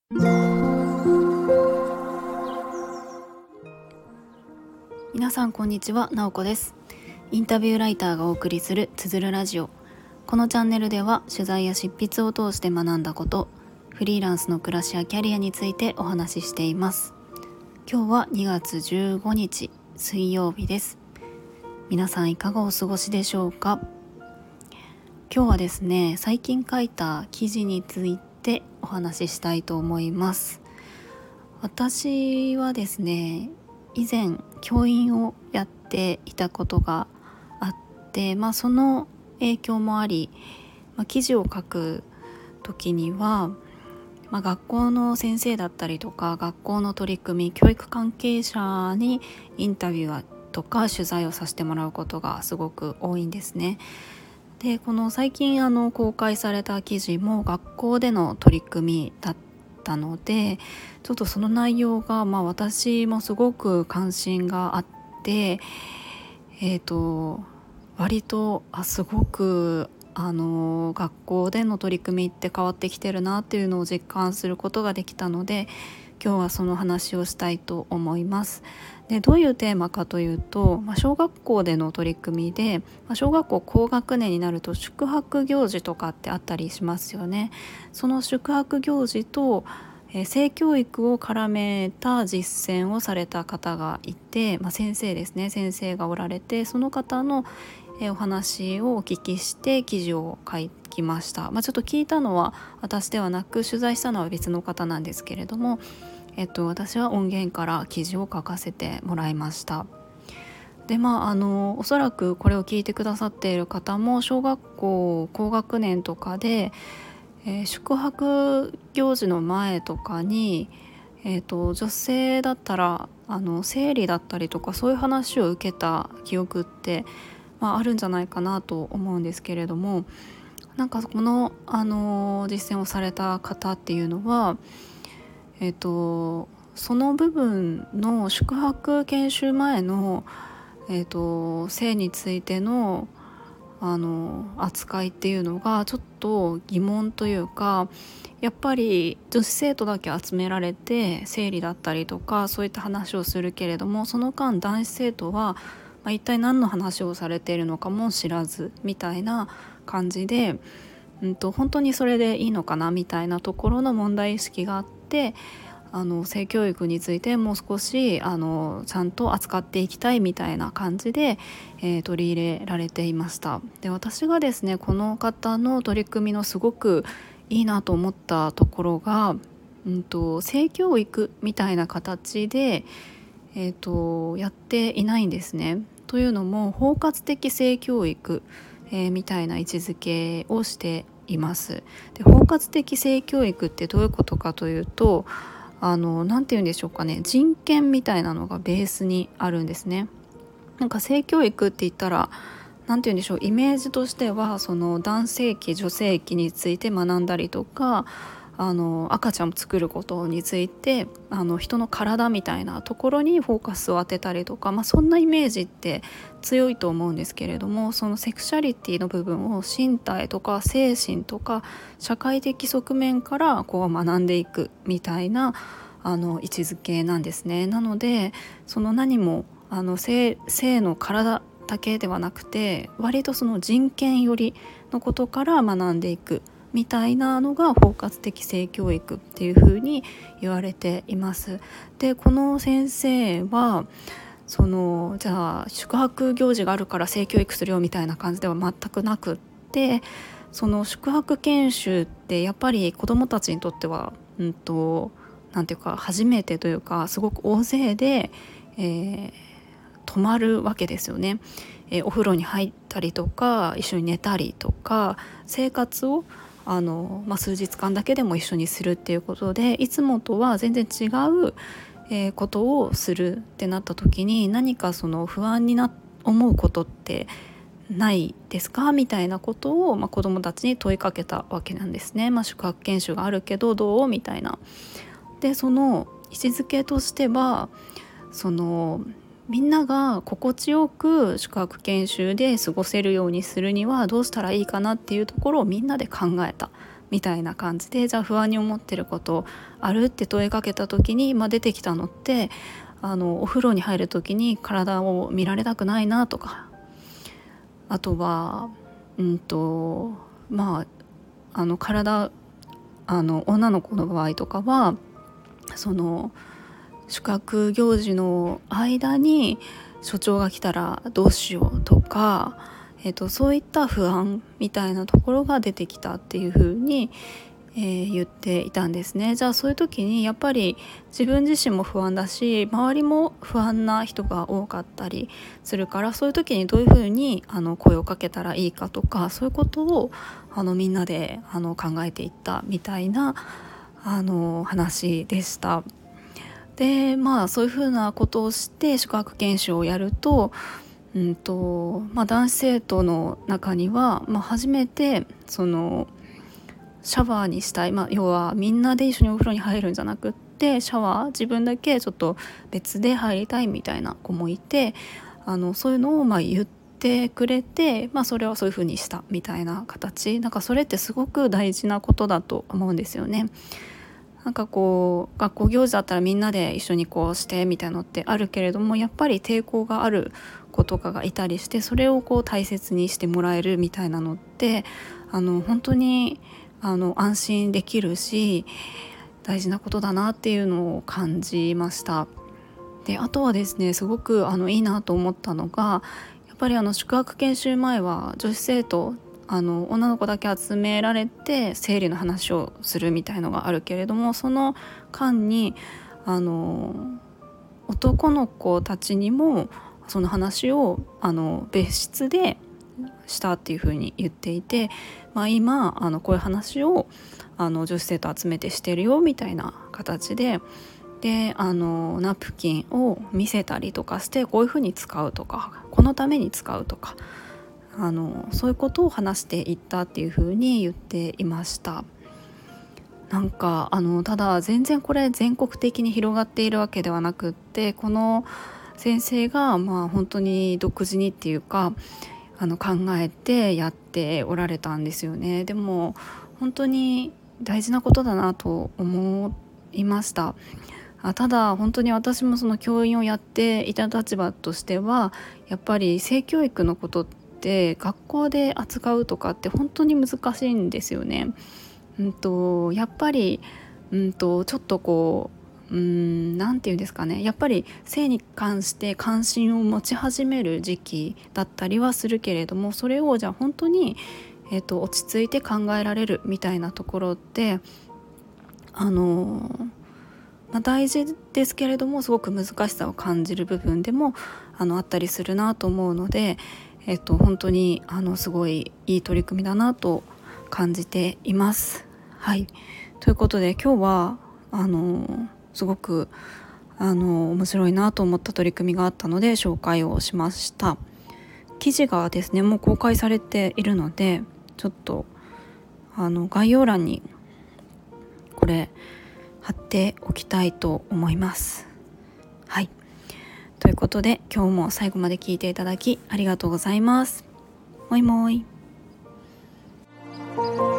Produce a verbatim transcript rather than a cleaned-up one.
皆さんこんにちは、なおこです。インタビューライターがお送りするつづるラジオ。このチャンネルでは取材や執筆を通して学んだこと、フリーランスの暮らしやキャリアについてお話ししています。今日はにがつじゅうごにち水曜日です。皆さんいかがお過ごしでしょうか。今日はですね、最近書いた記事についてお話ししたいと思います。私はですね、以前教員をやっていたことがあって、まあ、その影響もあり、まあ、記事を書く時には、まあ、学校の先生だったりとか学校の取り組み、教育関係者にインタビューとか取材をさせてもらうことがすごく多いんですね。で、この最近あの公開された記事も学校での取り組みだったので、ちょっとその内容が、まあ、私もすごく関心があって、えーと、割とあすごくあの学校での取り組みって変わってきてるなっていうのを実感することができたので、今日はその話をしたいと思います。で、どういうテーマかというと、まあ、小学校での取り組みで、まあ、小学校高学年になると宿泊行事とかってあったりしますよね。その宿泊行事とえー性教育を絡めた実践をされた方がいて、まあ、先生ですね先生がおられて、その方の、えーお話をお聞きして記事を書きました。まあ、ちょっと聞いたのは私ではなく、取材したのは別の方なんですけれども、えっと、私は音源から記事を書かせてもらいました。で、まあ、あのおそらくこれを聞いてくださっている方も小学校高学年とかで、えー宿泊行事の前とかに、えーと、女性だったらあの生理だったりとかそういう話を受けた記憶って、まあ、あるんじゃないかなと思うんですけれども、なんかこの、あの実践をされた方っていうのは、えーと、その部分の宿泊研修前の、えーと、性についてのあの扱いっていうのがちょっと疑問というか、やっぱり女子生徒だけ集められて生理だったりとかそういった話をするけれども、その間男子生徒は、まあ、一体何の話をされているのかも知らずみたいな感じで、うんと、本当にそれでいいのかなみたいなところの問題意識があって、あの性教育についてもう少しあのちゃんと扱っていきたいみたいな感じで、えー、取り入れられていました。で、私がですねこの方の取り組みのすごくいいなと思ったところが、うんと、性教育みたいな形で、えーと、やっていないんですね。というのも包括的性教育、えーみたいな位置づけをしています。で、包括的性教育ってどういうことかというと、あのなんて言うんでしょうかね、人権みたいなのがベースにあるんですね。なんか性教育って言ったら、なんて言うんでしょう、イメージとしてはその男性器女性器について学んだりとか、あの赤ちゃんを作ることについてあの人の体みたいなところにフォーカスを当てたりとか、まあ、そんなイメージって強いと思うんですけれども、そのセクシャリティの部分を身体とか精神とか社会的側面からこう学んでいくみたいなあの位置づけなんですね。なのでその何もあの 性, 性の体だけではなくて、割とその人権よりのことから学んでいくみたいなのが包括的性教育っていう風に言われています。で、この先生はそのじゃあ宿泊行事があるから性教育するよみたいな感じでは全くなくって、その宿泊研修ってやっぱり子どもたちにとっては、うんとなんていうか初めてというか、すごく大勢で、えー泊まるわけですよね。えーお風呂に入ったりとか一緒に寝たりとか、生活をあの、まあ、数日間だけでも一緒にするっていうことで、いつもとは全然違う、えーことをするってなった時に、何かその不安にな思うことってないですかみたいなことを、まあ、子どもたちに問いかけたわけなんですね。まあ、宿泊研修があるけどどうみたいな。で、その位置づけとしては、そのみんなが心地よく宿泊研修で過ごせるようにするにはどうしたらいいかなっていうところをみんなで考えたっみたいな感じで、じゃあ不安に思ってることあるって問いかけた時に、まあ、出てきたのってあのお風呂に入る時に体を見られたくないなとか、あとはうんとまああの体あの女の子の場合とかはその宿泊行事の間に所長が来たらどうしようとか、えーと、そういった不安みたいなところが出てきたっていう風に、えー、言っていたんですね。じゃあそういう時にやっぱり自分自身も不安だし、周りも不安な人が多かったりするから、そういう時にどういう風にあの声をかけたらいいかとか、そういうことをあのみんなであの考えていったみたいなあの話でした。でまあそういうふうなことをして宿泊研修をやると、うんとまあ、男子生徒の中には、まあ、初めてそのシャワーにしたい、まあ、要はみんなで一緒にお風呂に入るんじゃなくって、シャワー自分だけちょっと別で入りたいみたいな子もいて、あのそういうのをまあ言ってくれて、まあ、それはそういうふうにしたみたいな形。なんかそれってすごく大事なことだと思うんですよね。なんかこう学校行事だったらみんなで一緒にこうしてみたいなのってあるけれども、やっぱり抵抗がある子とかがいたりして、それをこう大切にしてもらえるみたいなのってあの本当にあの安心できるし大事なことだなっていうのを感じました。であとはですね、すごくあのいいなと思ったのが、やっぱりあの宿泊研修前は女子生徒あの女の子だけ集められて生理の話をするみたいのがあるけれども、その間にあの男の子たちにもその話をあの別室でしたっていうふうに言っていて、まあ、今あのこういう話をあの女子生徒集めてしてるよみたいな形で、であのナプキンを見せたりとかして、こういうふうに使うとか、このために使うとか、あのそういうことを話していったっていう風に言っていました。なんかあのただ全然これ全国的に広がっているわけではなくって、この先生がまあ本当に独自にっていうかあの考えてやっておられたんですよね。でも本当に大事なことだなと思いました。あただ本当に私もその教員をやっていた立場としては、やっぱり性教育のことってで学校で扱うとかって本当に難しいんですよね。うんとやっぱりうんとちょっとこううんなんていうんですかね、やっぱり性に関して関心を持ち始める時期だったりはするけれども、それをじゃあ本当に、えーと、落ち着いて考えられるみたいなところってあのまあ、大事ですけれども、すごく難しさを感じる部分でもあのあったりするなと思うので、えっと、本当にあのすごいいい取り組みだなと感じています。はい、ということで今日はあのすごくあの面白いなと思った取り組みがあったので紹介をしました。記事がですねもう公開されているので、ちょっとあの概要欄にこれ貼っておきたいと思います。はい、ということで今日も最後まで聞いていただきありがとうございます。もいもい。